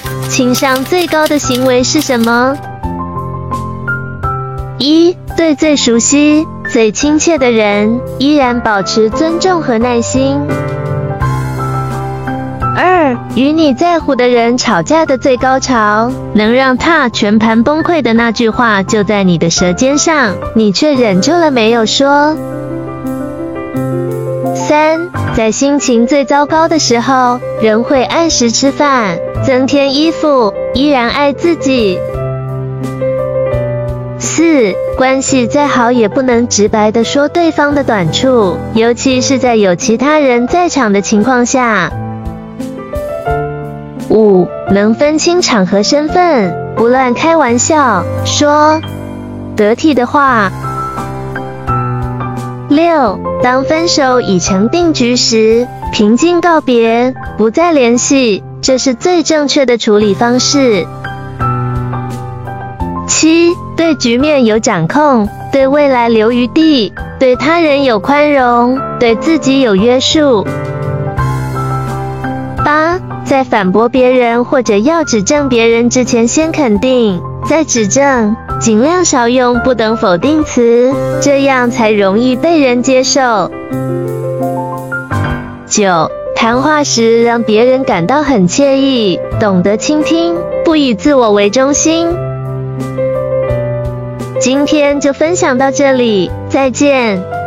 情商最高的行为是什么？1. 对最熟悉、最亲切的人，依然保持尊重和耐心。2. 与你在乎的人吵架的最高潮，能让他全盘崩溃的那句话就在你的舌尖上，你却忍住了没有说。3. 在心情最糟糕的时候，仍会按时吃饭，增添衣服，依然爱自己。4. 关系再好也不能直白地说对方的短处，尤其是在有其他人在场的情况下。5. 能分清场合身份，不乱开玩笑，说得体的话。6. 当分手已成定局时，平静告别，不再联系，这是最正确的处理方式。7. 对局面有掌控，对未来留余地，对他人有宽容，对自己有约束。8. 在反驳别人或者要指正别人之前先肯定，再指正，尽量少用不等否定词，这样才容易被人接受。9. 谈话时让别人感到很惬意，懂得倾听，不以自我为中心。今天就分享到这里，再见。